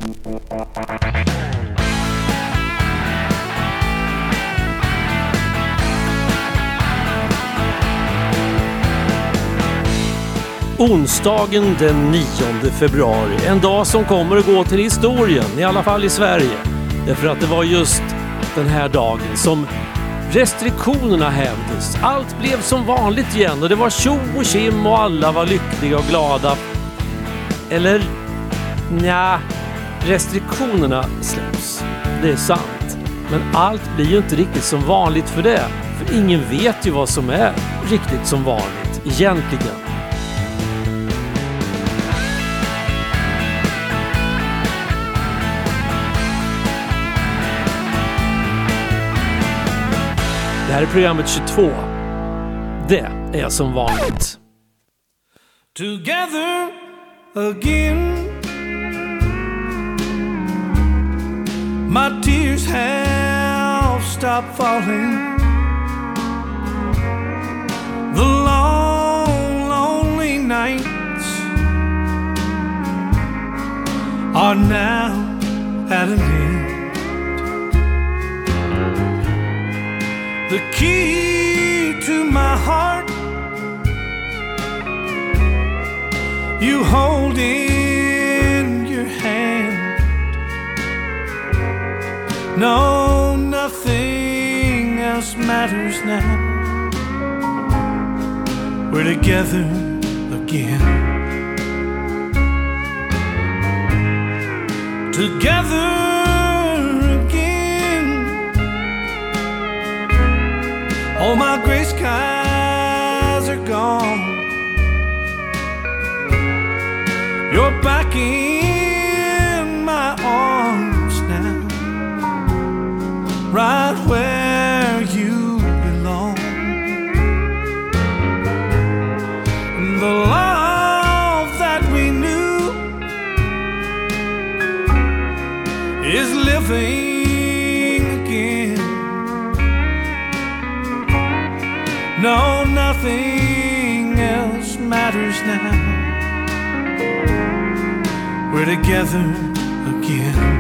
Onsdagen den 9 februari, en dag som kommer att gå till historien, i alla fall i Sverige. Därför att det var just den här dagen som restriktionerna hävdes. Allt blev som vanligt igen och det var tjo och kim och alla var lyckliga och glada. Eller, nja, restriktionerna släpps. Det är sant. Men allt blir ju inte riktigt som vanligt för det. För ingen vet ju vad som är riktigt som vanligt egentligen. Det här är programmet 22. Det är som vanligt. Together again. My tears have stopped falling. The long, lonely nights are now at an end. The key to my heart you hold in your hand. No, nothing else matters now. We're together again. Together all my gray skies are gone. You're back in my arms now, right where you belong. And the love that we knew is living again. No, nothing else matters now. We're together again.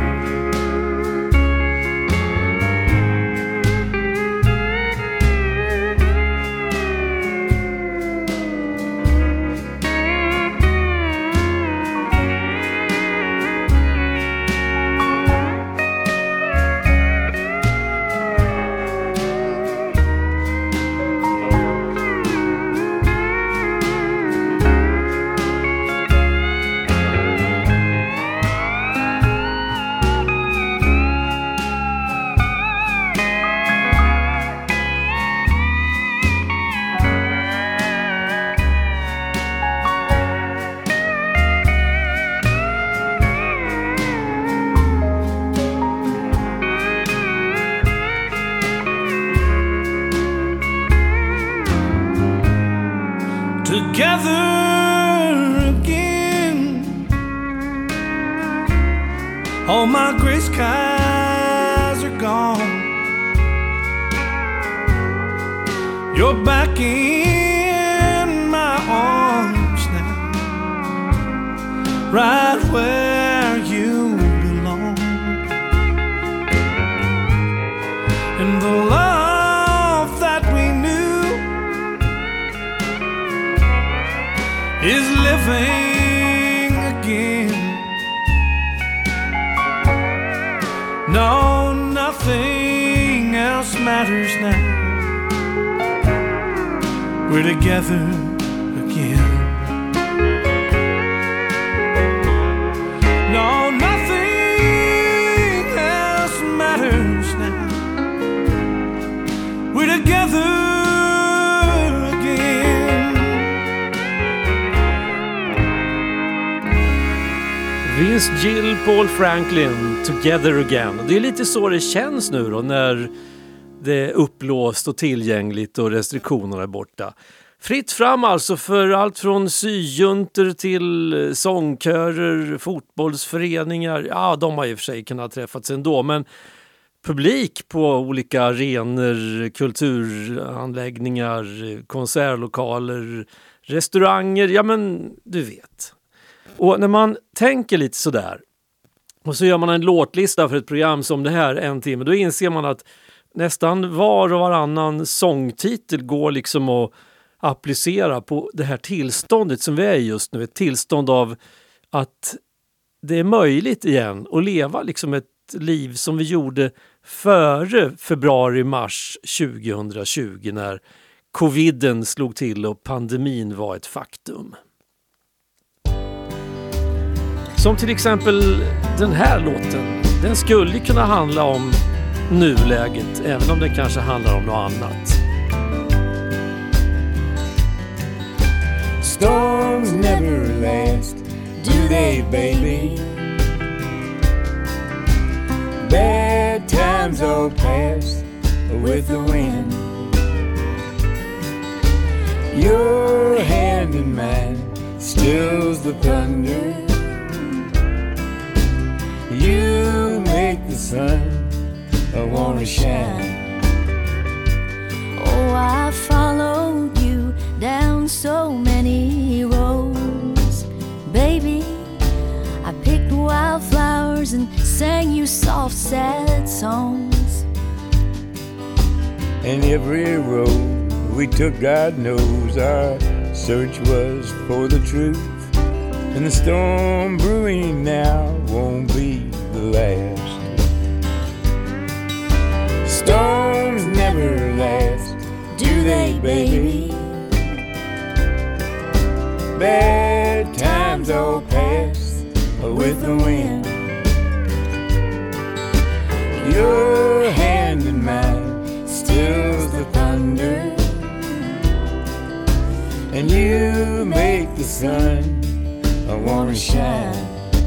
All my gray skies are gone. You're back in my arms now, right where you belong. And the love that we knew is living again. No, nothing else matters now. We're together again. No, nothing else matters now. We're together again. Vince Gill, Paul Franklin, Together Again. Det är lite så det känns nu då när det är upplåst och tillgängligt och restriktionerna är borta. Fritt fram alltså för allt från syjunter till sångkörer, fotbollsföreningar. Ja, de har i och för sig kunnat träffats ändå, men publik på olika arenor, kulturanläggningar, konsertlokaler, restauranger, ja men du vet. Och när man tänker lite sådär Och så gör man en låtlista för ett program som det här, en timme. Då inser man att nästan var och varannan sångtitel går liksom att applicera på det här tillståndet som vi är i just nu. Ett tillstånd av att det är möjligt igen att leva liksom ett liv som vi gjorde före februari-mars 2020 när coviden slog till och pandemin var ett faktum. Som till exempel den här låten. Den skulle kunna handla om nuläget, även om den kanske handlar om något annat. Storms never last, do they, baby? Bad times all past with the wind. Your hand in mine stills the thunder. You make the sun wanna shine. Oh, I followed you down so many roads, baby. I picked wildflowers and sang you soft, sad songs. And every road we took, God knows, our search was for the truth. And the storm brewing now won't be the last. Storms never last, do they, baby? Bad times all pass with the wind. Your hand in mine stills the thunder. And you make the sun I wanna shine.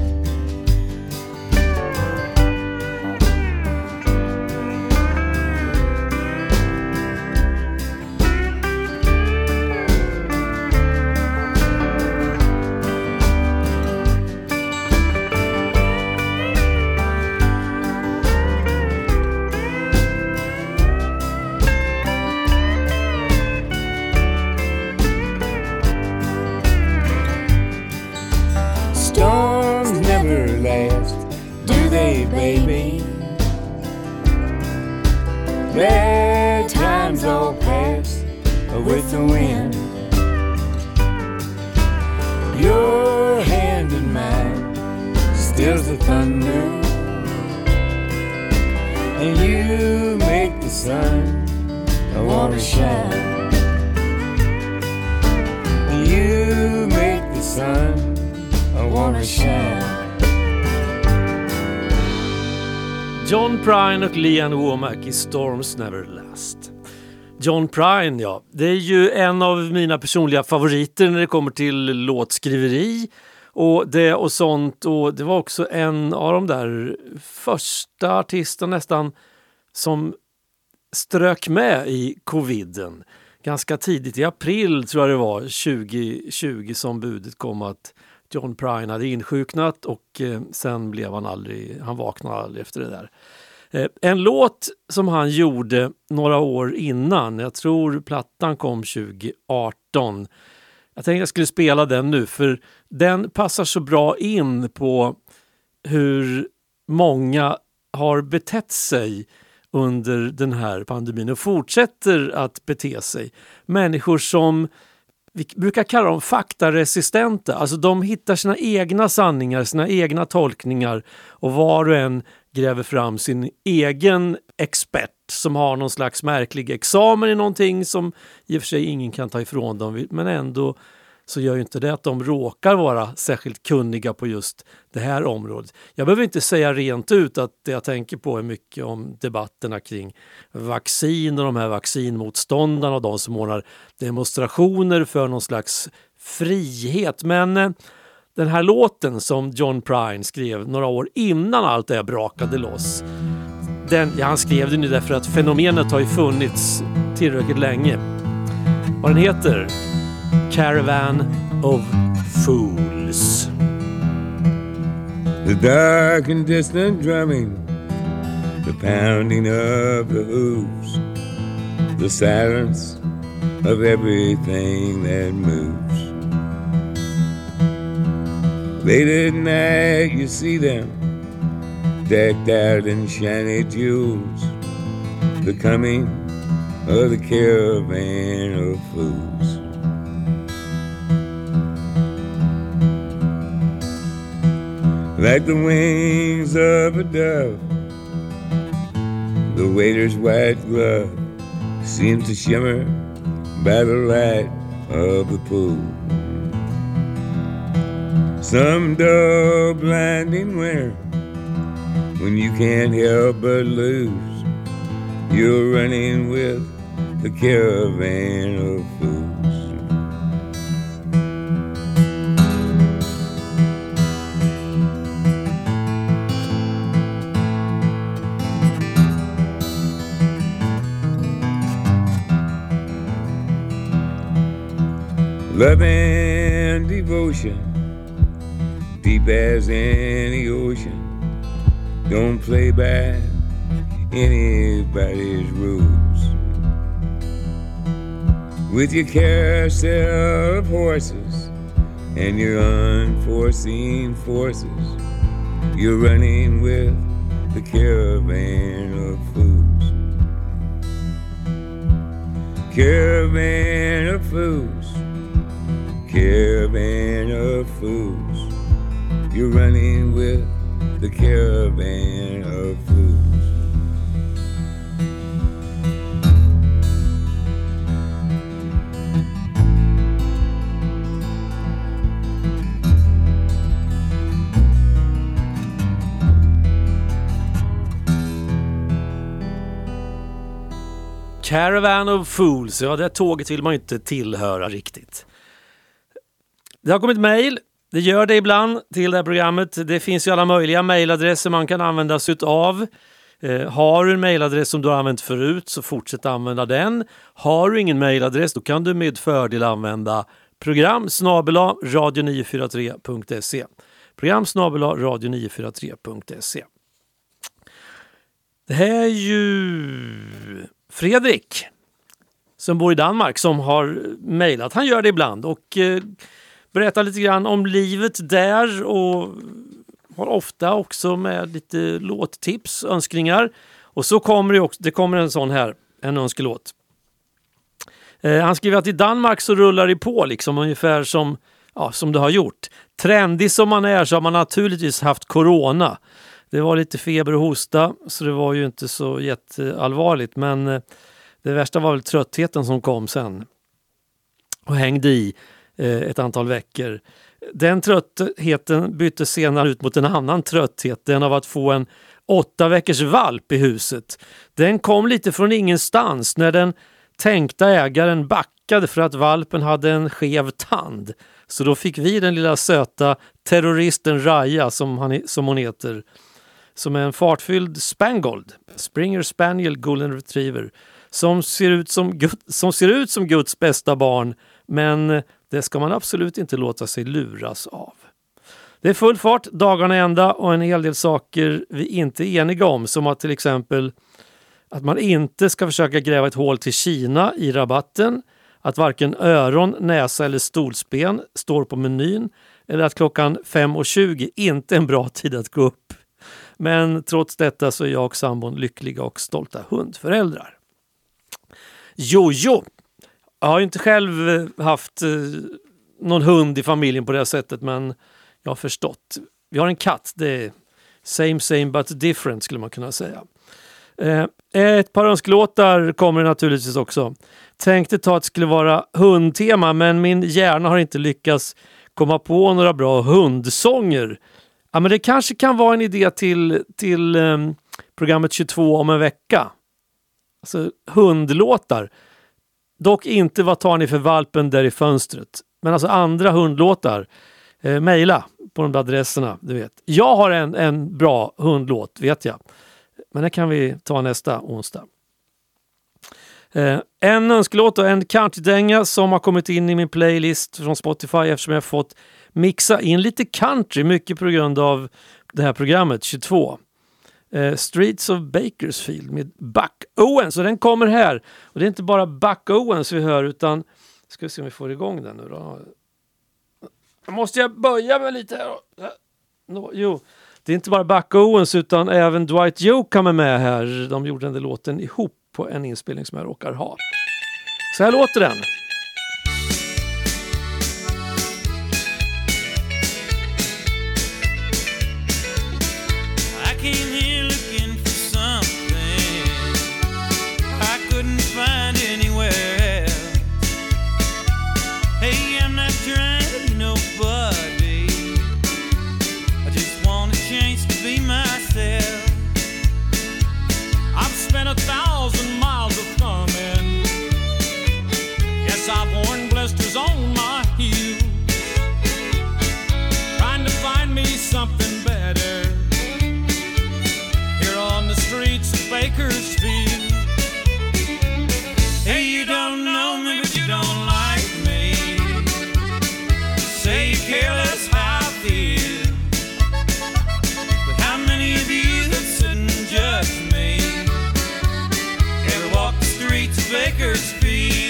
Baby, bad times all pass with the wind. Your hand in mine stills the thunder. And you make the sun I wanna shine. And you make the sun I wanna shine. John Prine och Lee Womack i Storms Never Last. John Prine, ja, det är ju en av mina personliga favoriter när det kommer till låtskriveri och det och sånt. Och det var också en av de där första artisterna nästan som strök med i coviden. Ganska tidigt i april tror jag det var 2020 som budet kom att John Prine hade insjuknat och sen blev han vaknade aldrig efter det där. En låt som han gjorde några år innan, jag tror plattan kom 2018. Jag tänkte jag skulle spela den nu för den passar så bra in på hur många har betett sig under den här pandemin och fortsätter att bete sig. Människor som vi brukar kalla dem faktaresistenta. Alltså de hittar sina egna sanningar, sina egna tolkningar och var och en gräver fram sin egen expert som har någon slags märklig examen i någonting som i och för sig ingen kan ta ifrån dem. Men ändå så gör ju inte det att de råkar vara särskilt kunniga på just det här området. Jag behöver inte säga rent ut att det jag tänker på är mycket om debatterna kring vaccin och de här vaccinmotståndarna och de som ordnar demonstrationer för någon slags frihet. Men den här låten som John Prine skrev några år innan allt det brakade loss, han skrev den ju därför att fenomenet har ju funnits tillräckligt länge. Vad den heter? Caravan of Fools. The dark and distant drumming, the pounding of the hooves, the silence of everything that moves. Late at night you see them decked out in shiny jewels, the coming of the caravan of fools. Like the wings of a dove, the waiter's white glove seemed to shimmer by the light of the pool. Some dull blinding winter, when you can't help but lose, you're running with the caravan of fools. Love and devotion, deep as any ocean, don't play by anybody's rules. With your carousel of horses and your unforeseen forces, you're running with the caravan of fools. Caravan of fools, caravan of fools, you're running with the caravan of fools. Caravan of Fools, ja det tåget vill man ju inte tillhöra riktigt. Det har kommit mejl, det gör det ibland till det här programmet. Det finns ju alla möjliga mejladresser man kan använda sig av. Har du en mejladress som du har använt förut så fortsätt använda den. Har du ingen mejladress då kan du med fördel använda program@radio943.se. Program@radio943.se. Det här är ju Fredrik som bor i Danmark som har mejlat. Han gör det ibland och berättar lite grann om livet där och har ofta också med lite låttips, önskningar. Och så kommer det kommer en sån här, en önskelåt. Han skriver att i Danmark så rullar det på liksom ungefär som det har gjort. Trendig som man är så har man naturligtvis haft corona. Det var lite feber och hosta så det var ju inte så jätteallvarligt. Men det värsta var väl tröttheten som kom sen och hängde i ett antal veckor. Den tröttheten byttes senare ut mot en annan trötthet. Den av att få en 8 veckors valp i huset. Den kom lite från ingenstans när den tänkta ägaren backade för att valpen hade en skev tand. Så då fick vi den lilla söta terroristen Raya som hon heter. Som är en fartfylld Spangold, Springer Spaniel Golden Retriever. Som ser ut som Guds bästa barn. Men det ska man absolut inte låta sig luras av. Det är full fart, dagarna ända och en hel del saker vi inte är eniga om. Som att till exempel att man inte ska försöka gräva ett hål till Kina i rabatten. Att varken öron, näsa eller stolsben står på menyn. Eller att klockan 5:20 inte är en bra tid att gå upp. Men trots detta så är jag och sambon lyckliga och stolta hundföräldrar. Jojo! Jag har inte själv haft någon hund i familjen på det här sättet men jag har förstått. Vi har en katt, det är same but different skulle man kunna säga. Ett par önskelåtar kommer naturligtvis också. Tänkte ta att det skulle vara hundtema men min hjärna har inte lyckats komma på några bra hundsånger. Ja, men det kanske kan vara en idé till programmet 22 om en vecka. Alltså hundlåtar. Dock inte vad tar ni för valpen där i fönstret. Men alltså andra hundlåtar. Mejla på de där adresserna, du vet. Jag har en bra hundlåt, vet jag. Men det kan vi ta nästa onsdag. En önskelåt och en countrydänga som har kommit in i min playlist från Spotify eftersom jag har fått mixa in lite country, mycket på grund av det här programmet 22. Streets of Bakersfield med Buck Owens, så den kommer här. Och det är inte bara Buck Owens vi hör utan, ska vi se om vi får igång den nu då. Måste jag böja mig lite här? Jo, Det är inte bara Buck Owens utan även Dwight Yoakam är med här. De gjorde den där låten ihop på en inspelning som jag råkar ha. Så här låter den. I came here looking for something I couldn't find anywhere else. Hey, I'm not trying to be nobody. I just want a chance to be myself. I've spent 1,000 miles of thumbing. Yes, I've worn blisters on my heels, trying to find me something better here on the streets of Bakersfield. Hey, you don't know me, but you don't like me. Say you care less how I feel, but how many of you that sit and judge me ever walk the streets of Bakersfield?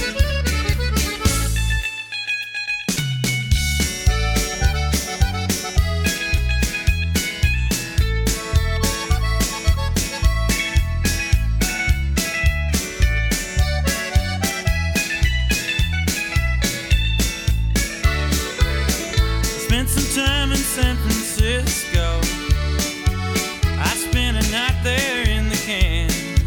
Spent some time in San Francisco. I spent a night there in the can.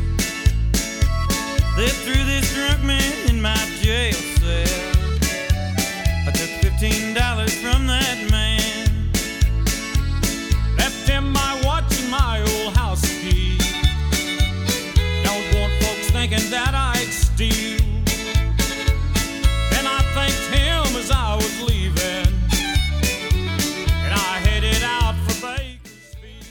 Lived through this drunk man in my jail cell. I took $15 from that man, left him my watch and my old house key. Don't want folks thinking that I'd steal. And I thanked him as I was leaving, and I headed out for Bakersfield.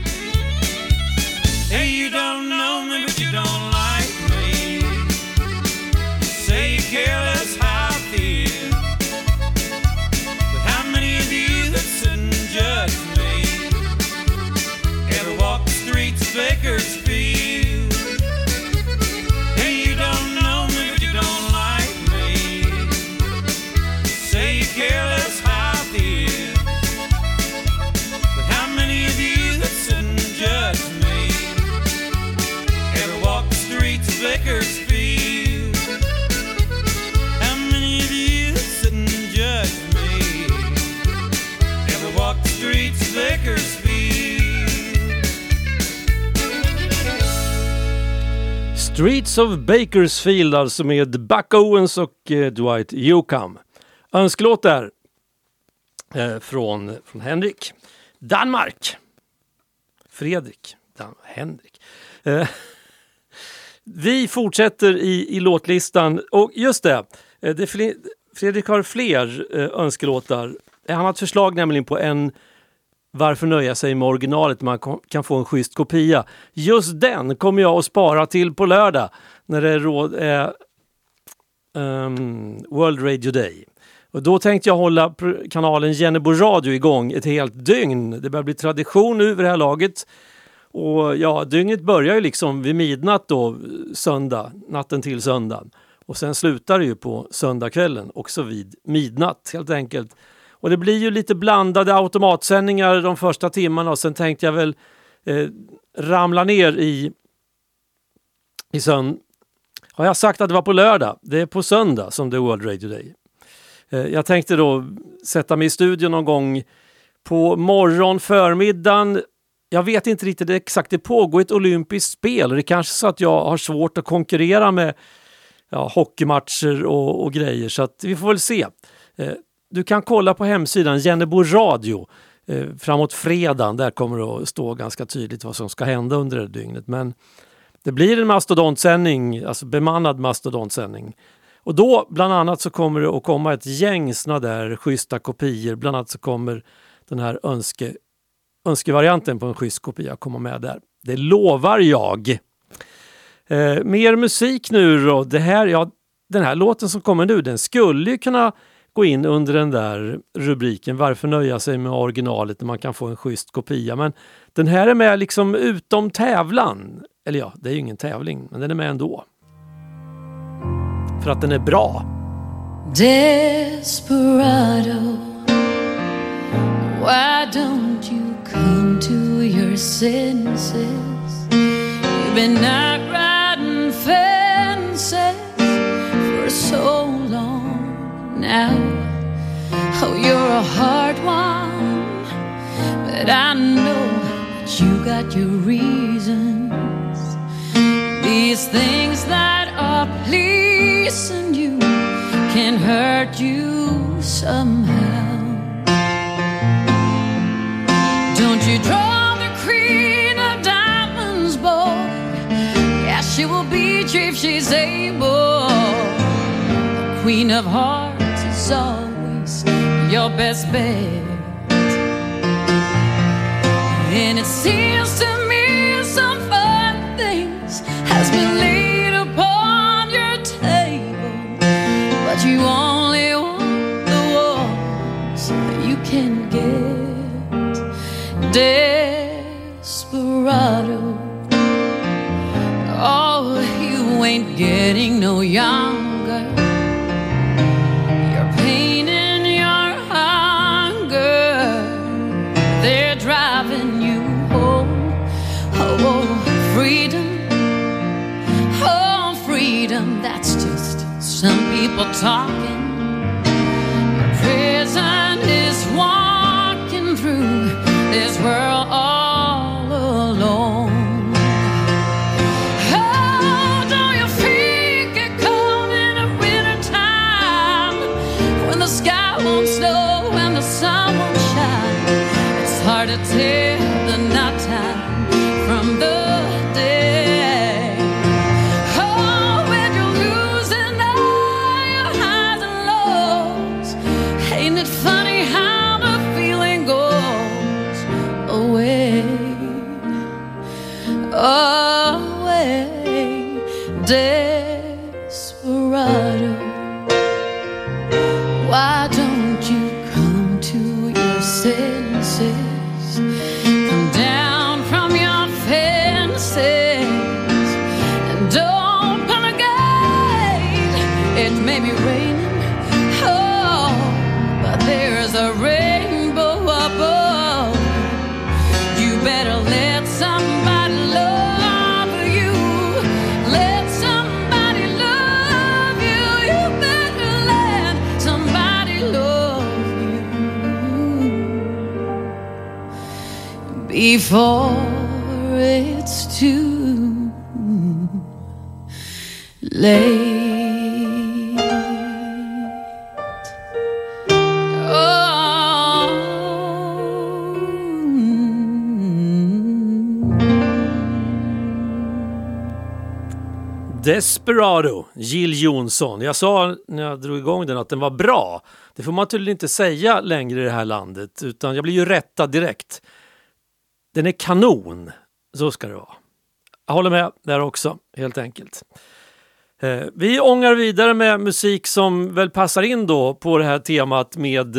Hey, you don't know me, but you don't like me. You say you care less how I feel, but how many of you that sit and judge me ever walk the streets of Bakersfield? Hey, you don't know me, but you don't like me. Say you care less how I feel, but how many of you that sit and judge me ever walk the streets of Bakersfield? How many of you that sit and judge me ever walk the streets of Bakersfield? Streets of Bakersfield, alltså med Buck Owens och Dwight Yoakam. Önskelåt där från Henrik. Danmark. Fredrik. Henrik. Vi fortsätter i låtlistan. Och just det, Fredrik har fler önskelåtar. Han har ett förslag nämligen på en Varför nöja sig med originalet? Man kan få en schysst kopia. Just den kommer jag att spara till på lördag när det är World Radio Day. Och då tänkte jag hålla kanalen Jennebo Radio igång ett helt dygn. Det börjar bli tradition nu vid det här laget. Och ja, dygnet börjar ju liksom vid midnatt då, söndag, natten till söndag. Och sen slutar det ju på söndagskvällen, också vid midnatt helt enkelt. Och det blir ju lite blandade automatsändningar de första timmarna och sen tänkte jag väl ramla ner i söndag. Har jag sagt att det var på lördag? Det är på söndag som det är World Radio Day. Jag tänkte då sätta mig i studion någon gång på morgon, förmiddagen. Jag vet inte riktigt exakt, det pågår ett olympiskt spel. Det är kanske så att jag har svårt att konkurrera med hockeymatcher och grejer. Så att vi får väl se. Du kan kolla på hemsidan Jennebo Radio framåt fredagen. Där kommer det att stå ganska tydligt vad som ska hända under det dygnet. Men det blir en mastodontsändning, alltså bemannad mastodontsändning. Och då bland annat så kommer det att komma ett gäng såna där schyssta kopior. Bland annat så kommer den här önskevarianten på en schysst kopia komma med där. Det lovar jag. Mer musik nu då. Den här låten som kommer nu, den skulle ju kunna gå in under den där rubriken Varför nöja sig med originalet när man kan få en schysst kopia. Men den här är med liksom utom tävlan. Eller ja, det är ju ingen tävling, men den är med ändå. För att den är bra. Desperado, why don't you come senses. You've been out riding fences for so long now. Oh, you're a hard one, but I know that you got your reasons. These things that are pleasing you can hurt you somehow. Don't you draw the queen of diamonds, boy. Yeah, she will beat you if she's able. The queen of hearts is always your best bet. And it seems to me some fun things has been laid upon your table, but you only want the ones that you can get. Desperado, oh, you ain't getting no younger. Your pain and your hunger, they're driving you home. Oh, freedom, that's just some people talking. Your prison is walking through this world all alone. Oh, don't you feel it cold in the winter time, when the sky won't snow and the sun won't shine? It's hard to tell the night time from the day. Oh, when you're losing all your highs and lows, ain't it funny how the feeling goes away, away, desperado. Why don't you come to your senses? Come down from your fences and open a gate. It may be raining, oh, but there's a rainbow above. You better let somebody love you. Let somebody love you. You better let somebody love you before it's too late. Desperado, Jill Johnson. Jag sa när jag drog igång den att den var bra. Det får man tydligen inte säga längre i det här landet, utan jag blir ju rättad direkt. Den är kanon, så ska det vara. Jag håller med där också, helt enkelt. Vi ångar vidare med musik som väl passar in då på det här temat med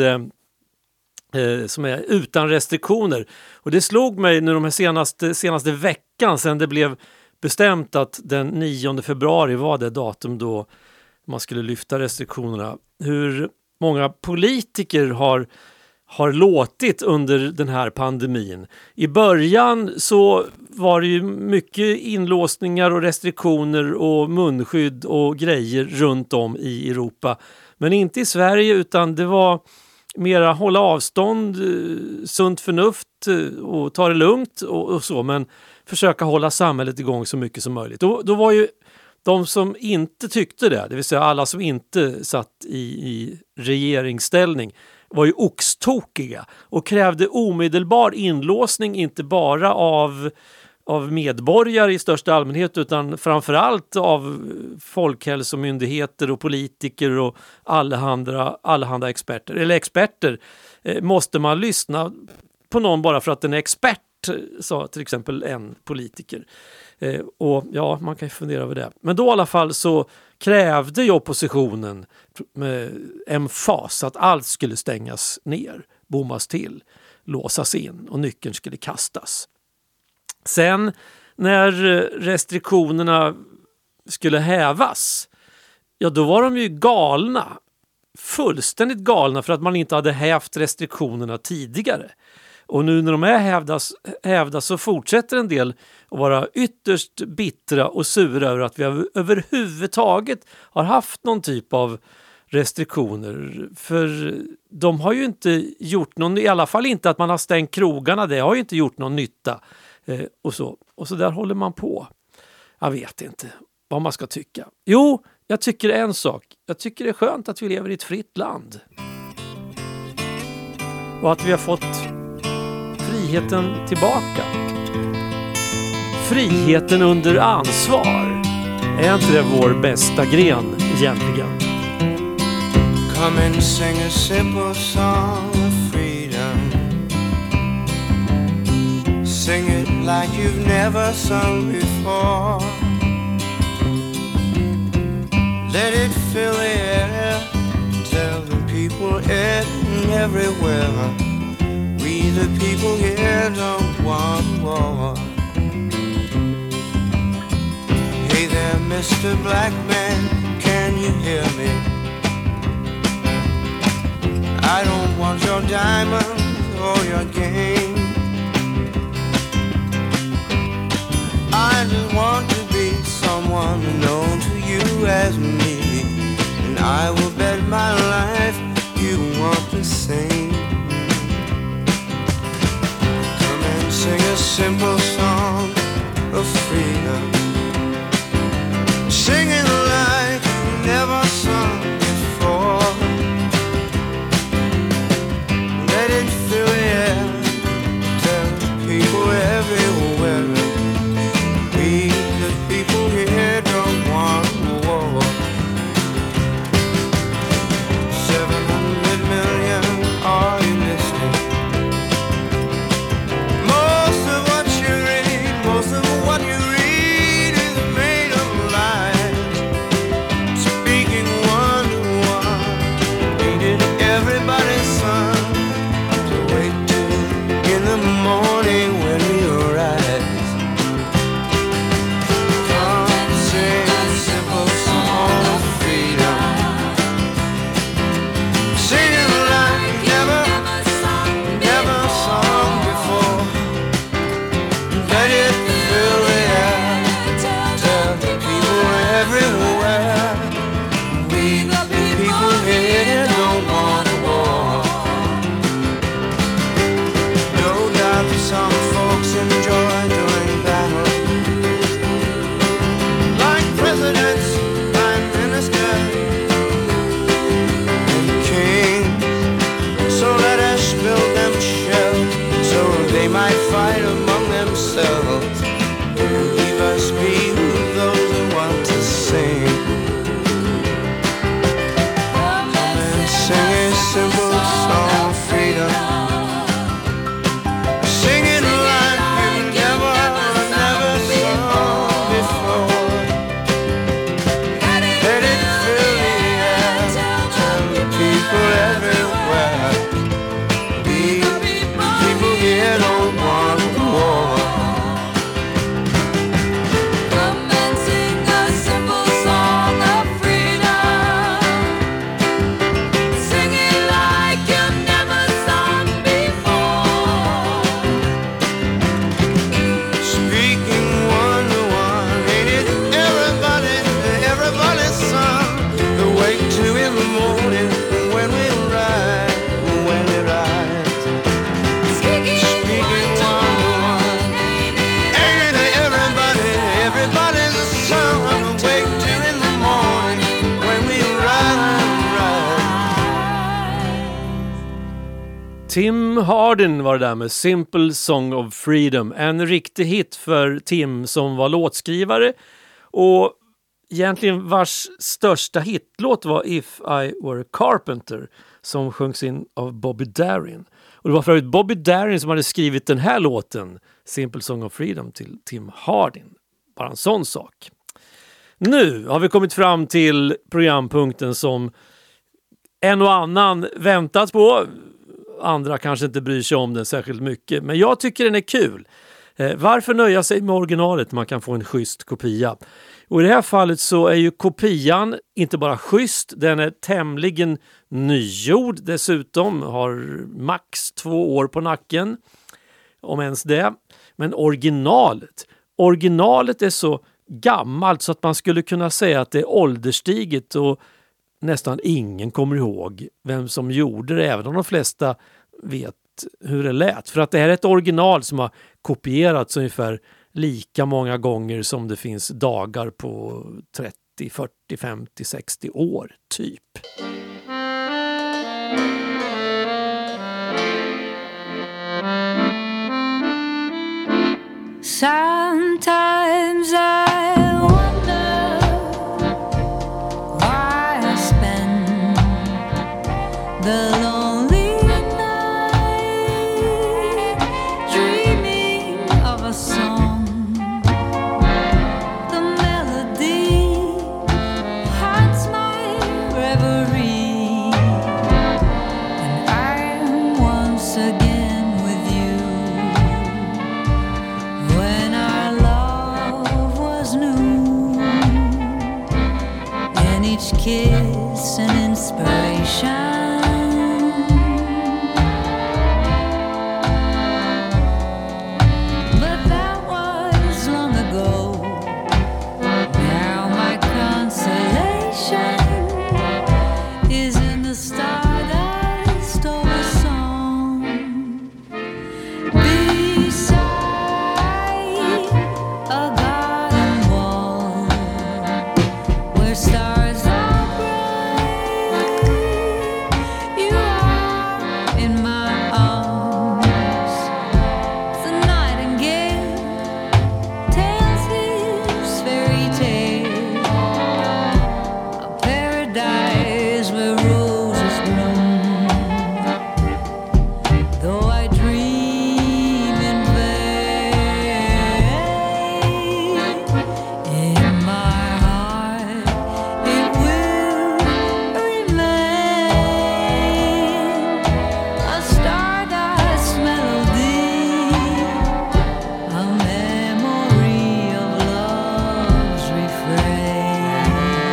som är utan restriktioner. Och det slog mig nu de här senaste veckan sedan det blev bestämt att den 9 februari var det datum då man skulle lyfta restriktionerna. Hur många politiker har låtit under den här pandemin. I början så var det ju mycket inlåsningar och restriktioner och munskydd och grejer runt om i Europa. Men inte i Sverige, utan det var mera hålla avstånd, sunt förnuft och ta det lugnt och så, men försöka hålla samhället igång så mycket som möjligt. Då var ju de som inte tyckte det, det vill säga alla som inte satt i regeringsställning, var ju oxtokiga och krävde omedelbar inlåsning, inte bara av medborgare i största allmänhet, utan framförallt av folkhälsomyndigheter och politiker och allehanda experter. Eller experter, måste man lyssna på någon bara för att den är expert, sa till exempel en politiker. Och ja, man kan ju fundera över det. Men då i alla fall så krävde ju oppositionen med emfas att allt skulle stängas ner, bommas till, låsas in och nyckeln skulle kastas. Sen när restriktionerna skulle hävas, ja då var de ju galna. Fullständigt galna för att man inte hade hävt restriktionerna tidigare. Och nu när de är hävda så fortsätter en del att vara ytterst bittra och sura över att vi överhuvudtaget har haft någon typ av restriktioner. För de har ju inte gjort någon, i alla fall inte att man har stängt krogarna, det har ju inte gjort någon nytta. Och så där håller man på. Jag vet inte vad man ska tycka. Jo, jag tycker en sak. Jag tycker det är skönt att vi lever i ett fritt land. Och att vi har fått friheten tillbaka. Friheten under ansvar. Är inte det vår bästa gren egentligen? Come and sing a simple song of freedom. Sing it like you've never sung before. Let it fill the air. Tell the people everywhere. We the people here don't want war. Hey there, Mr. Black Man, can you hear me? I don't want your diamonds or your game. I just want to be someone known to you as me. And I will bet my life you want the same. Come and sing a simple song of freedom. Sing it like you never sung before. Let it fill the air. Tell the people everywhere. We the people here don't want war. 700 million, are you listening? Most of what you read, most of what you read is made of lies. Speaking one to one, ain't it everybody's son? To wait till in the morning when we rise. Come sing a simple song of freedom. Sing it like never sung before. Let it fill the air. Tell the people everywhere. We the people here don't want war. No doubt that some folks enjoy doing battle, like presidents, prime ministers, and kings. So let us build them shells, so they might fight among themselves. Leave us be with those who want to sing. Come and sing a simple song of freedom. Sing it like you never sung before. Let it fill the air. Tell the people everywhere. We the people here don't want war. Come and sing a simple song of freedom. Sing it like you've never sung before. Speaking one to one, ain't it everybody's son? The wake to in the morning when we rise. Speaking one to one, ain't it everybody's a son? The wake to in the morning when we rise. Tim Hardin var det där med Simple Song of Freedom. En riktig hit för Tim som var låtskrivare och egentligen vars största hitlåt var If I Were a Carpenter som sjöngs in av Bobby Darin. Och det var för övrigt Bobby Darin som hade skrivit den här låten, Simple Song of Freedom, till Tim Hardin. Bara en sån sak. Nu har vi kommit fram till programpunkten som en och annan väntat på. Andra kanske inte bryr sig om den särskilt mycket, men jag tycker den är kul. Varför nöja sig med originalet? Man kan få en schysst kopia. Och i det här fallet så är ju kopian inte bara schysst, den är tämligen nygjord dessutom, har max 2 år på nacken, om ens det. Men originalet är så gammalt så att man skulle kunna säga att det är ålderstiget och nästan ingen kommer ihåg vem som gjorde det, även om de flesta vet hur det lät. För att det här är ett original som har kopierats ungefär lika många gånger som det finns dagar på 30, 40, 50, 60 år typ. Sometimes I wonder why I spend the lonely night dreaming of a song. The melody haunts my reverie, and I'm once again with you. When our love was new, and each kiss an inspiration. But that was long ago. Now my consolation is in the stardust of a song. Beside a garden wall where stars are bright, you are in my arms. The nightingale tells his fairy tale, a paradise where roses bloom. Though I dream in vain, in my heart it will remain a stardust melody, a memory of love's refrain.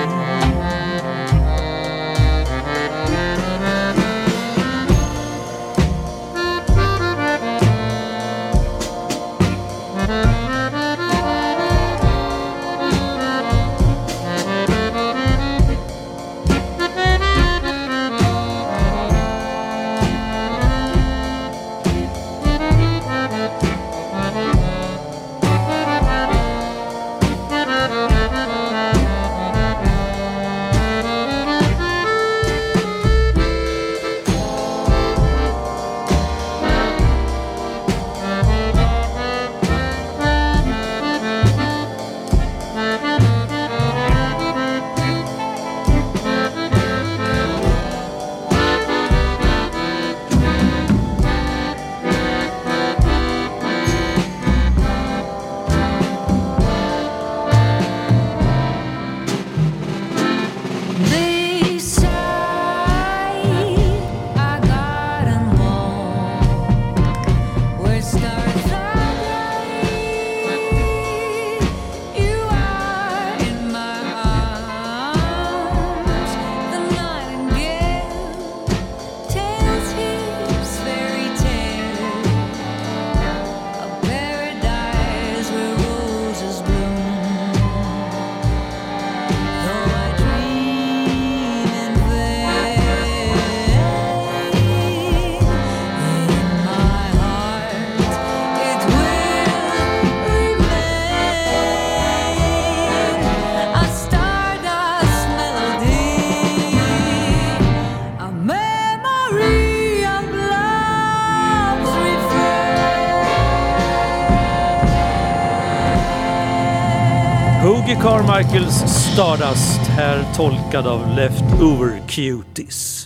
Hoagy Carmichaels Stardust, här tolkad av Leftover Cuties.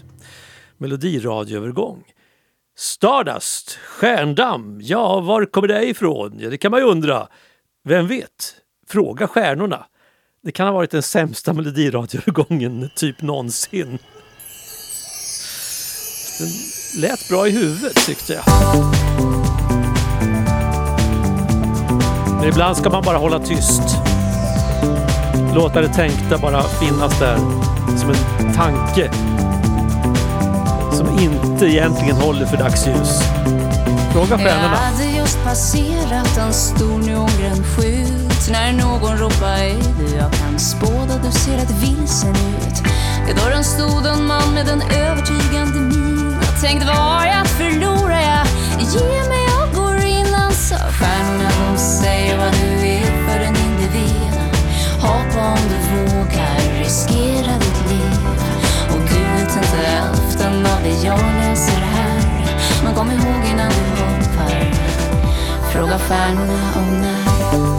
Melodiradioövergång. Stardust, stjärndamm, ja, var kommer det ifrån? Ja, det kan man ju undra. Vem vet? Fråga stjärnorna. Det kan ha varit den sämsta melodiradioövergången typ någonsin. Den lät bra i huvudet tyckte jag. Men ibland ska man bara hålla tyst. Låta det tänkta bara finnas där som en tanke som inte egentligen håller för dagsljus. Fråga stjärnorna. Jag hade just passerat en stor neongrön skylt när någon ropade "Ej du, jag kan spåda, du ser rätt vilsen ut." I dörren stod en man med en övertygande min. Jag tänkte, vad har jag att förlora? Jag ger mig och går in. Han sa, stjärnorna de säger vad du är för en individ. Hoppa om du vågar, riskera ditt liv. Och du vet inte hälften av det jag läser här. Men kom ihåg innan du hoppar, fråga stjärnorna om när.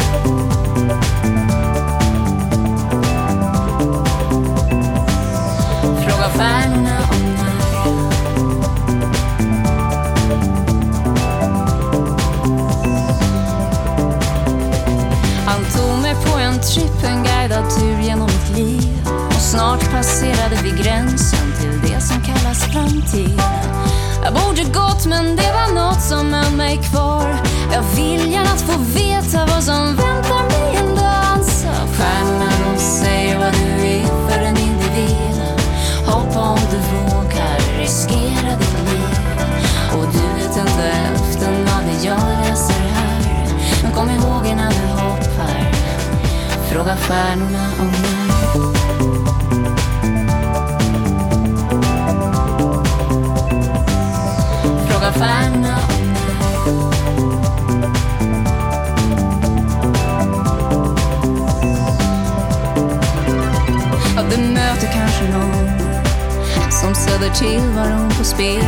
Fråga stjärnorna om när. Han tog mig på en tripp, en guidad tur genom mitt liv. Och snart passerade vi gränsen till det som kallas framtid. Jag borde gått men det var något som höll mig kvar. Jag vill gärna att få veta vad som väntar mig en dag. Så stjärnorna de säger vad du är för en individ. Hoppa om du vågar, riskera ditt liv. Och du vet inte hälften av det jag läser här. Men kom ihåg innan du hoppar, fråga stjärnorna om när. Fråga stjärnorna om när. Ja, du möter kanske någon som sätter till varon på spel.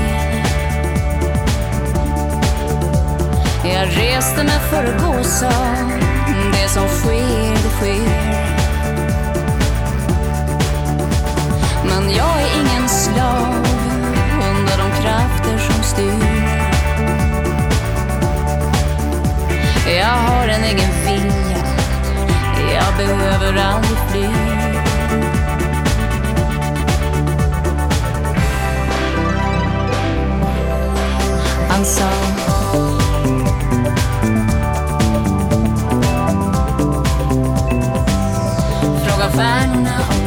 Jag reste mig för att gå, sa det som sker, det sker. Men jag är ingen slav under de krafter som styr. Jag har en egen vilja, jag behöver aldrig fly. Han sa, fråga stjärnorna om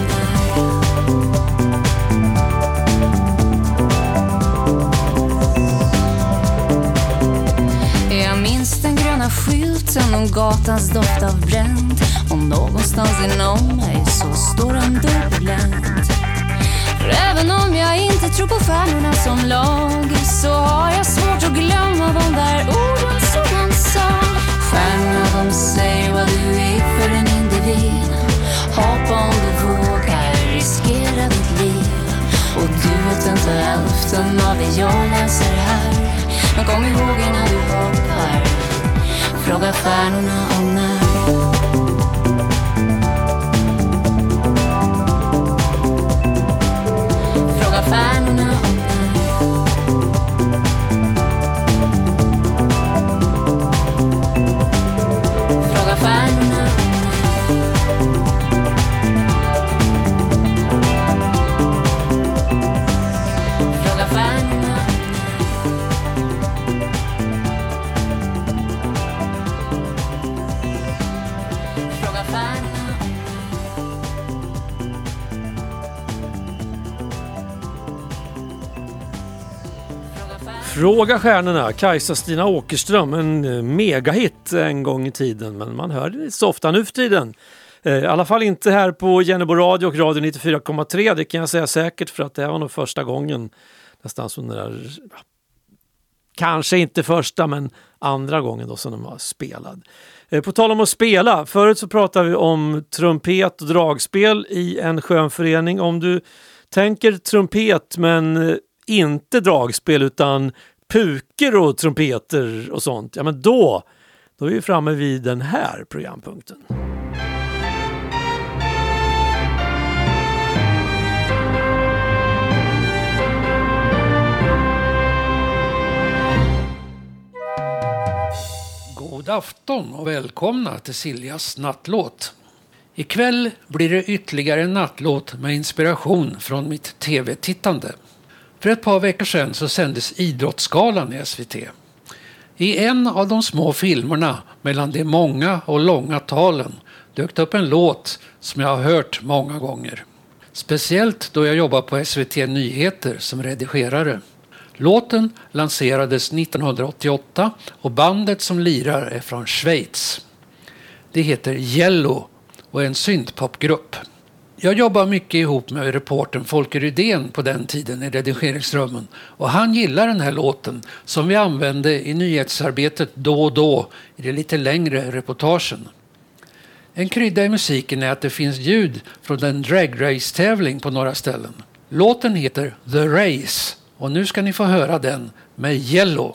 det. Jag minns den gröna skylten och gatans doft av bränd. Och någonstans inom mig så står en dörr på glänt. För även om jag inte tror på stjärnorna som lag, så har jag svårt att glömma de där orden som han sa. Stjärnorna de säger vad du är för en individ. Hoppa om du vågar, riskera ditt liv. Och du vet inte hälften av det jag läser här. Men kom ihåg innan du hoppar, fråga stjärnorna om när. Fråga stjärnorna om när. Fråga stjärnorna om när. Fråga stjärnorna. Fråga stjärnorna. Fråga stjärnorna, Kajsa-Stina Åkerström, en megahit en gång i tiden, men man hör det inte så ofta nu för tiden. I alla fall inte här på Jennebo Radio och Radio 94,3, det kan jag säga säkert, för att det här var nog första gången, nästan som den där, kanske inte första men andra gången då som de var spelad. På tal om att spela, förut så pratade vi om trumpet och dragspel i en skön förening. Om du tänker trumpet men inte dragspel utan puker och trumpeter och sånt, ja men då är vi framme vid den här programpunkten. God afton och välkomna till Siljas nattlåt. Ikväll blir det ytterligare en nattlåt med inspiration från mitt tv-tittande. För ett par veckor sedan så sändes Idrottsgalan i SVT. I en av de små filmerna mellan de många och långa talen dök upp en låt som jag har hört många gånger. Speciellt då jag jobbar på SVT Nyheter som redigerare. Låten lanserades 1988 och bandet som lirar är från Schweiz. Det heter Yellow och är en syntpopgrupp. Jag jobbar mycket ihop med reportern Folke Rydén på den tiden i redigeringsrummen och han gillar den här låten som vi använde i nyhetsarbetet då och då i de lite längre reportagen. En krydda i musiken är att det finns ljud från en dragrace-tävling på några ställen. Låten heter The Race och nu ska ni få höra den med Yellow.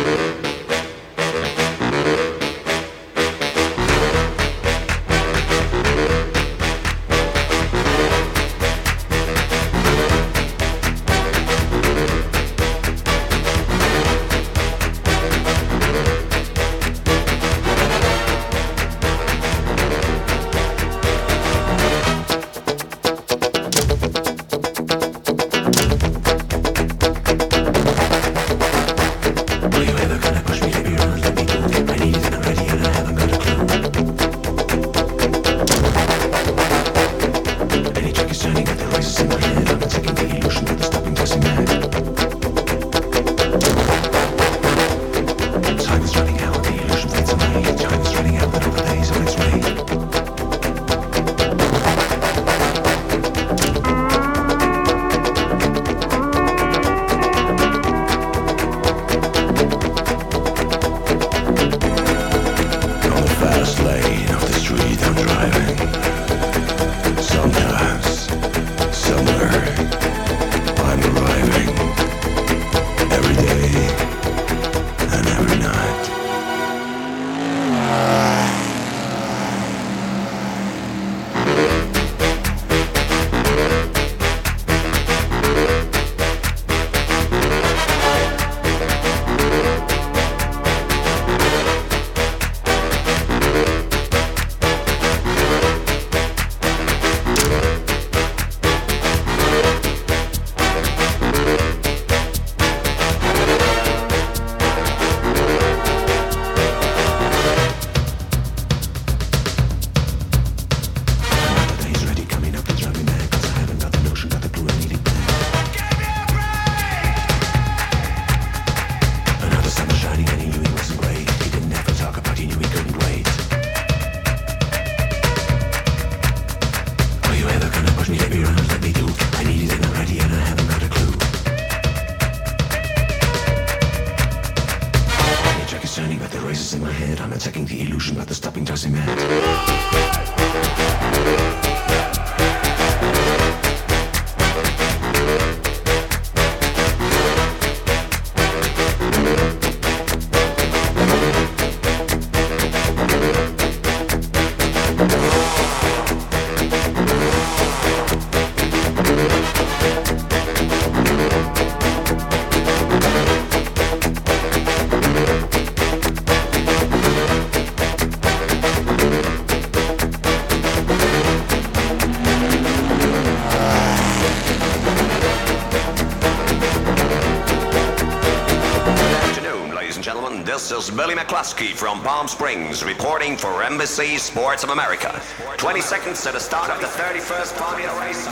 This is Billy McCluskey from Palm Springs reporting for NBC Sports of America. 20 seconds to the start of the 31st Formula race.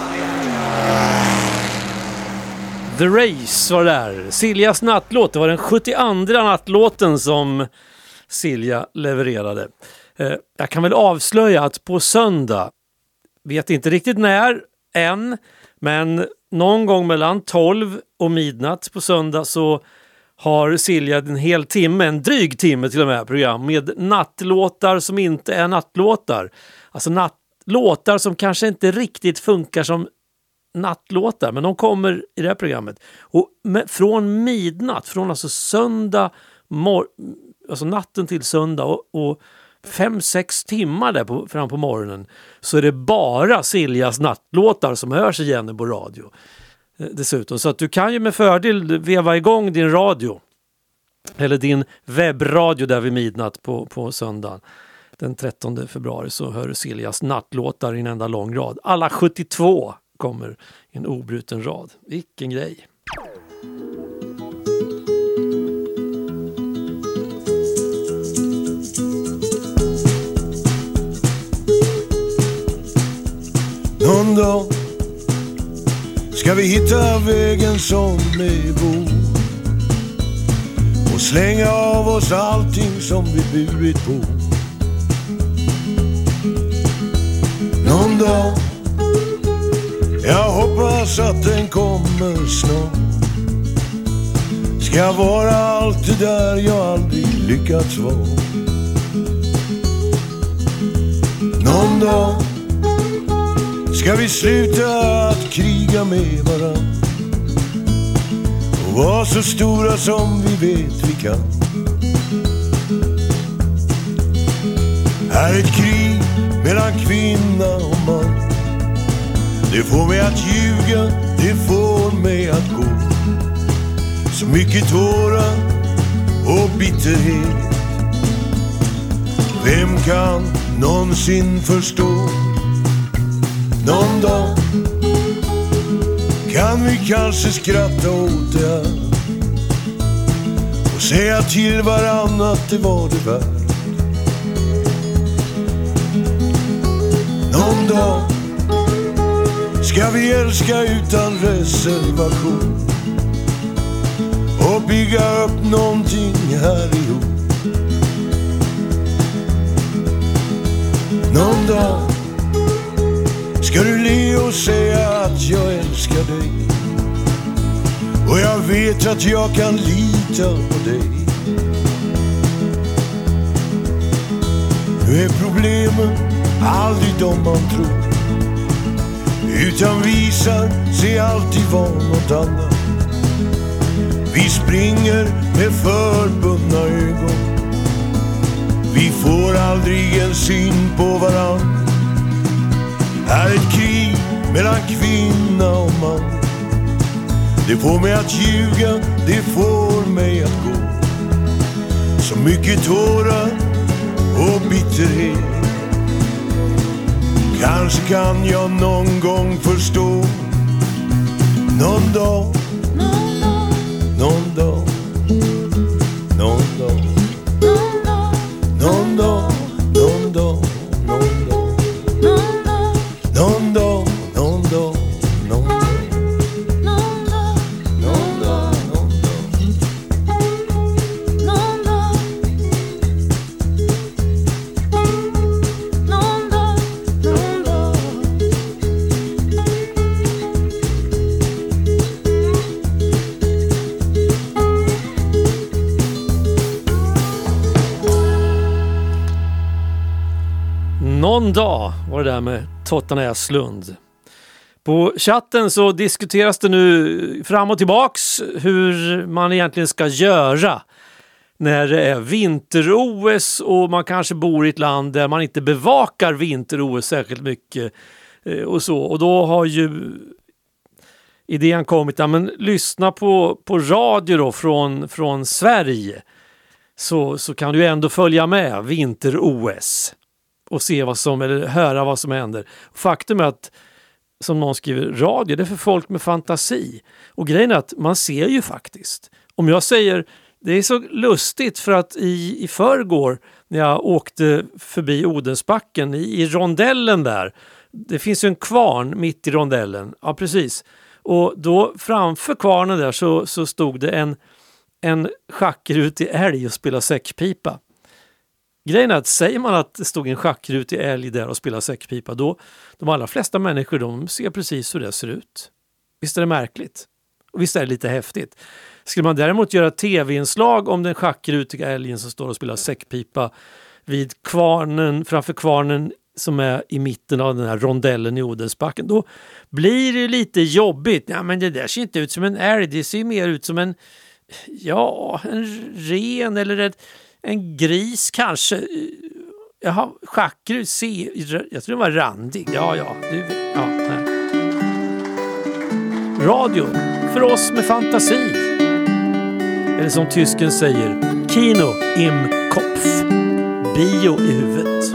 The Race var där. Siljas nattlåt. Det var den 72:a nattlåten som Silja levererade. Jag kan väl avslöja att på söndag, vet inte riktigt när än, men någon gång mellan 12 och midnatt på söndag så har Silja en hel timme, en dryg timme till och med, program med nattlåtar som inte är nattlåtar. Alltså låtar som kanske inte riktigt funkar som nattlåtar, men de kommer i det här programmet. Och från midnatt, från alltså söndag, alltså natten till söndag och 5-6 timmar där fram på morgonen så är det bara Siljas nattlåtar som hörs igen på radio. Dessutom. Så att du kan ju med fördel veva igång din radio eller din webbradio där vid midnatt på söndagen. Den 13 februari så hör du Siljas nattlåtar i en enda lång rad. Alla 72 kommer i en obruten rad. Vilken grej! ska vi hitta vägen som är vår och slänga av oss allting som vi burit på. Någon dag, jag hoppas att den kommer snart, ska vara allt det där jag aldrig lyckats vara. Någon dag ska vi sluta att kriga med varann och vara så stora som vi vet vi kan. Här är ett krig mellan kvinna och man. Det får mig att ljuga, det får mig att gå. Så mycket tårar och bitterhet. Vem kan någonsin förstå? Någon dag kan vi kanske skratta åt det här och säga till varann att det var det värt. Någon dag ska vi älska utan reservation och bygga upp någonting här ihop. Någon dag ska du le och säga att jag älskar dig och jag vet att jag kan lita på dig. Nu är problemen aldrig de man tror, utan visar sig alltid vara något annat. Vi springer med förbundna ögon, vi får aldrig en syn på varann. Här är ett krig mellan kvinna och man. Det får mig att ljuga, det får mig att gå. Så mycket tårar och bitterhet. Kanske kan jag någon gång förstå. Någon dag, någon dag, någon dag, någon dag, någon dag, någon dag, någon dag, någon dag, någon dag, någon dag, Någon dag var det där med Totta Näslund. På chatten så diskuteras det nu fram och tillbaks hur man egentligen ska göra när det är vinter-OS och man kanske bor i ett land där man inte bevakar vinter-OS särskilt mycket och så. Och då har ju idén kommit att lyssna på radio då från Sverige, så kan du ändå följa med vinter-OS och se vad som, eller höra vad som händer. Faktum är att, som någon skriver, radio, det är för folk med fantasi. Och grejen är att man ser ju faktiskt. Om jag säger, det är så lustigt för att i förrgår när jag åkte förbi Odensbacken i rondellen där, det finns ju en kvarn mitt i rondellen. Ja, precis. Och då framför kvarnen där så stod det en schackrutig älg och spelade säckpipa. Grejen är att säger man att det stod en schackrutig älg där och spelar säckpipa, då de allra flesta människor, de ser precis hur det ser ut. Visst är det märkligt? Och visst är det lite häftigt? Skulle man däremot göra tv-inslag om den schackrutiga älgen som står och spelar säckpipa vid kvarnen, framför kvarnen som är i mitten av den här rondellen i Odensbacken, då blir det lite jobbigt. Ja, men det där ser inte ut som en älg, det ser mer ut som en ren eller en gris kanske. Jaha, schackrut, jag tror den var randig. Nej. Radio, för oss med fantasi. Eller som tysken säger, Kino im Kopf. Bio i huvudet.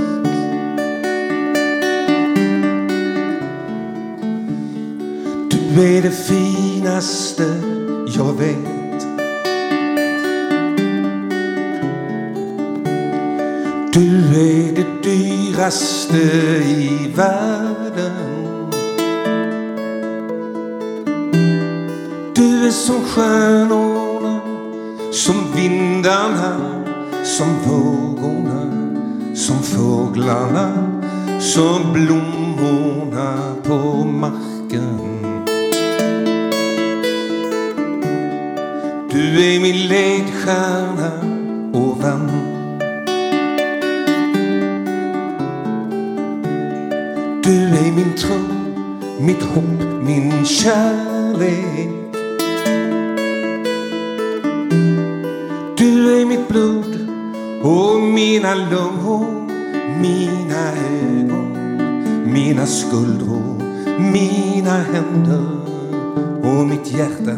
Du är det finaste jag vet. Du är det dyraste i världen. är som stjärnorna, som vindarna, som vågorna, som fåglarna, som blommorna på marken. Du är min ledstjärna och vän. Du är min tro, mitt hopp, min kärlek. Du är mitt blod och mina lungor, mina ögon, mina skuldror, mina händer och mitt hjärta.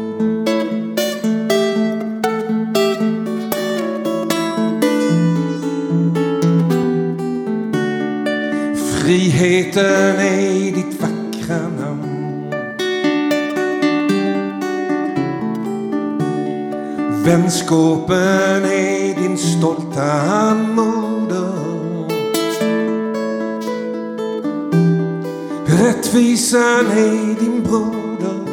Friheten är ditt vackra namn. Vänskapen är din stolta moder. Rättvisan är din broder.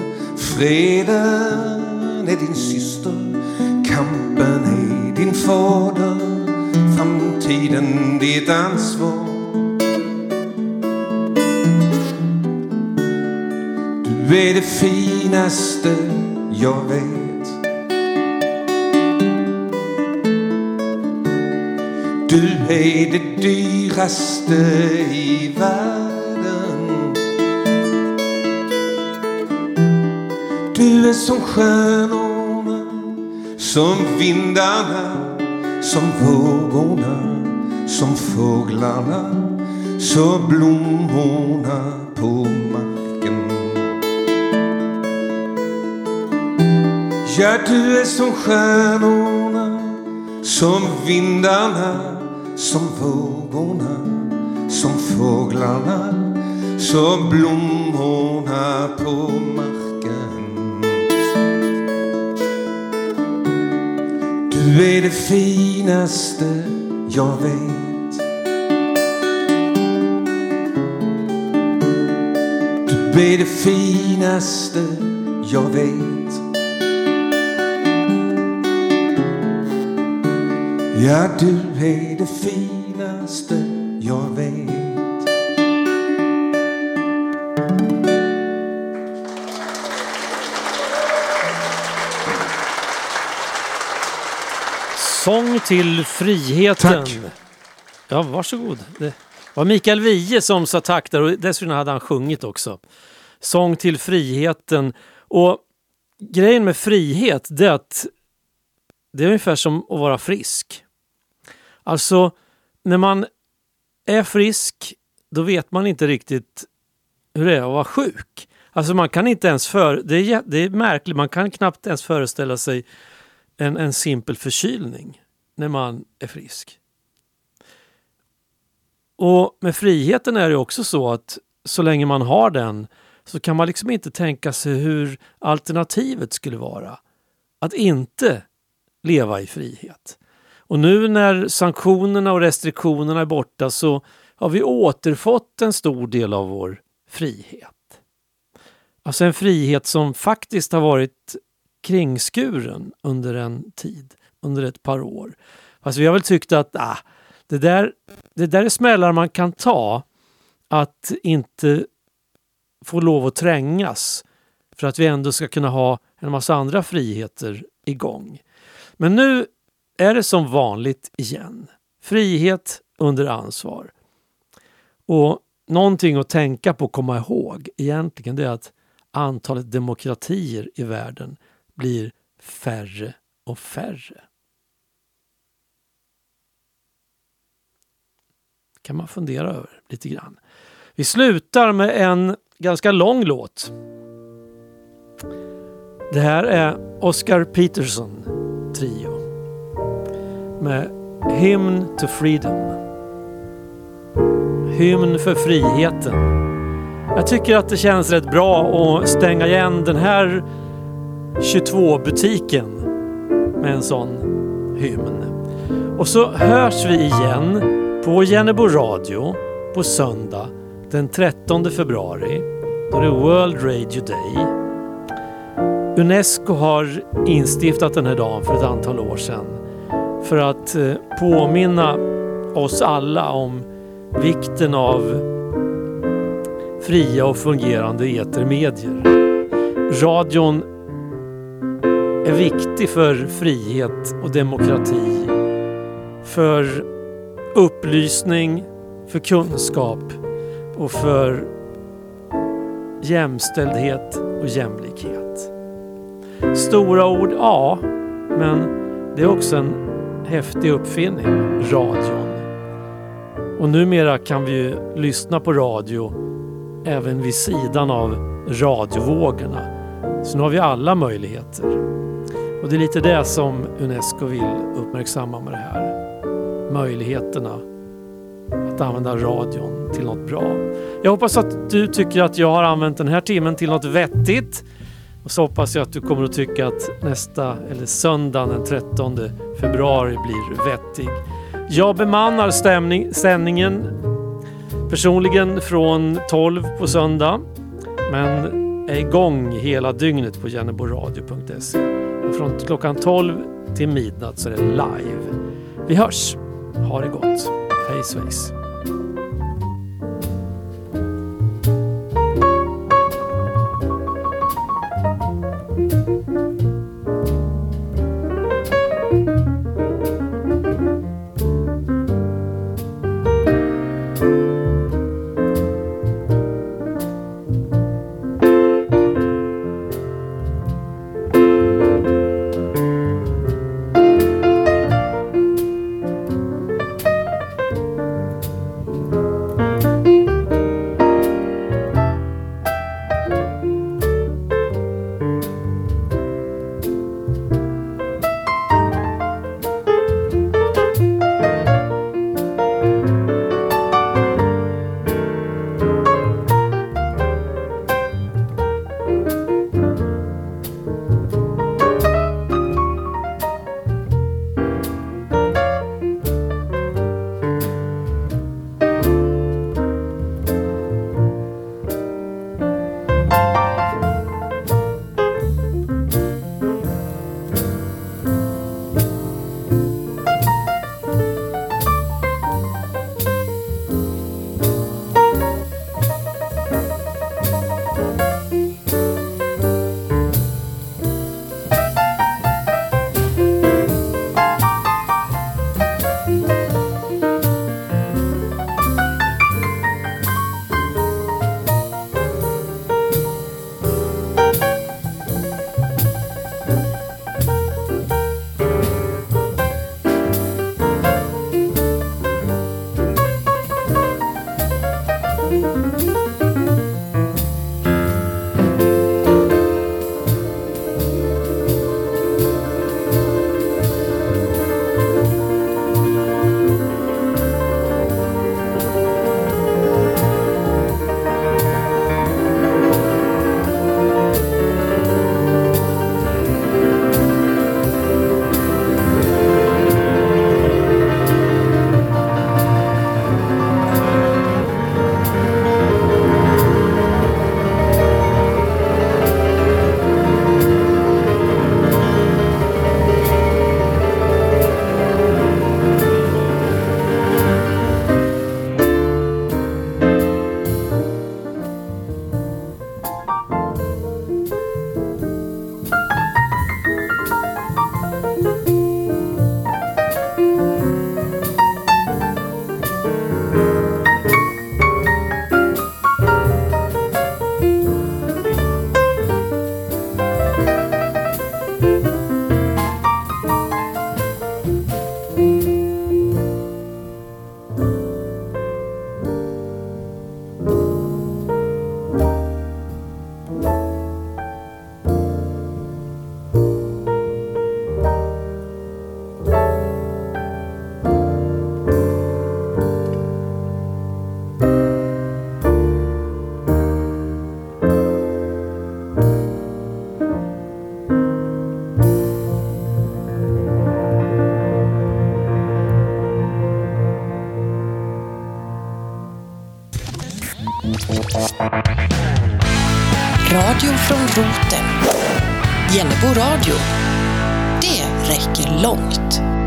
Freden är din syster. Kampen är din fader. Framtiden ditt ansvar. Du är det finaste jag vet. Du är det dyraste i världen. Du är som stjärnorna, som vindarna, som vågorna, som fåglarna, som blommorna på marken. Ja, du är som stjärnorna, som vindarna, som vågorna, som fåglarna, som blommorna på marken. Du är det finaste jag vet. Du är det finaste jag vet. Ja, du är det finaste jag vet. Sång till friheten. Tack. Ja, varsågod. Det var Mikael Wiehe som sa tack där och dessutom hade han sjungit också. Sång till friheten. Och grejen med frihet, det är att det är ungefär som att vara frisk. Alltså, när man är frisk, då vet man inte riktigt hur det är att vara sjuk. Alltså man kan inte ens det är märkligt, man kan knappt ens föreställa sig en simpel förkylning när man är frisk. Och med friheten är det också så att så länge man har den så kan man liksom inte tänka sig hur alternativet skulle vara. Att inte leva i frihet. Och nu när sanktionerna och restriktionerna är borta så har vi återfått en stor del av vår frihet. Alltså en frihet som faktiskt har varit kringskuren under en tid, under ett par år. Alltså vi har väl tyckt att det där är smällar man kan ta, att inte få lov att trängas för att vi ändå ska kunna ha en massa andra friheter igång. Men nu är det som vanligt igen. Frihet under ansvar. Och någonting att tänka på och komma ihåg egentligen, det är att antalet demokratier i världen blir färre och färre. Kan man fundera över lite grann. Vi slutar med en ganska lång låt. Det här är Oscar Peterson trio med Hymn to Freedom. Hymn för friheten. Jag tycker att det känns rätt bra att stänga igen den här 22-butiken med en sån hymn. Och så hörs vi igen på Jennebo Radio på söndag den 13 februari. Då är det World Radio Day. UNESCO har instiftat den här dagen för ett antal år sedan för att påminna oss alla om vikten av fria och fungerande etermedier. Radion är viktig för frihet och demokrati, för upplysning, för kunskap och för jämställdhet och jämlikhet. Stora ord, ja, men det är också en häftig uppfinning, radion. Och numera kan vi ju lyssna på radio även vid sidan av radiovågorna. Så nu har vi alla möjligheter. Och det är lite det som UNESCO vill uppmärksamma med det här. Möjligheterna att använda radion till något bra. Jag hoppas att du tycker att jag har använt den här timmen till något vettigt. Och så hoppas jag att du kommer att tycka att söndagen den 13 februari blir vettig. Jag bemannar sändningen personligen från 12 på söndag. Men är igång hela dygnet på jenneboradio.se. Och från klockan 12 till midnatt så är det live. Vi hörs. Ha det gott. Hej svejs. Radio från roten. Hjällbo Radio. Det räcker långt.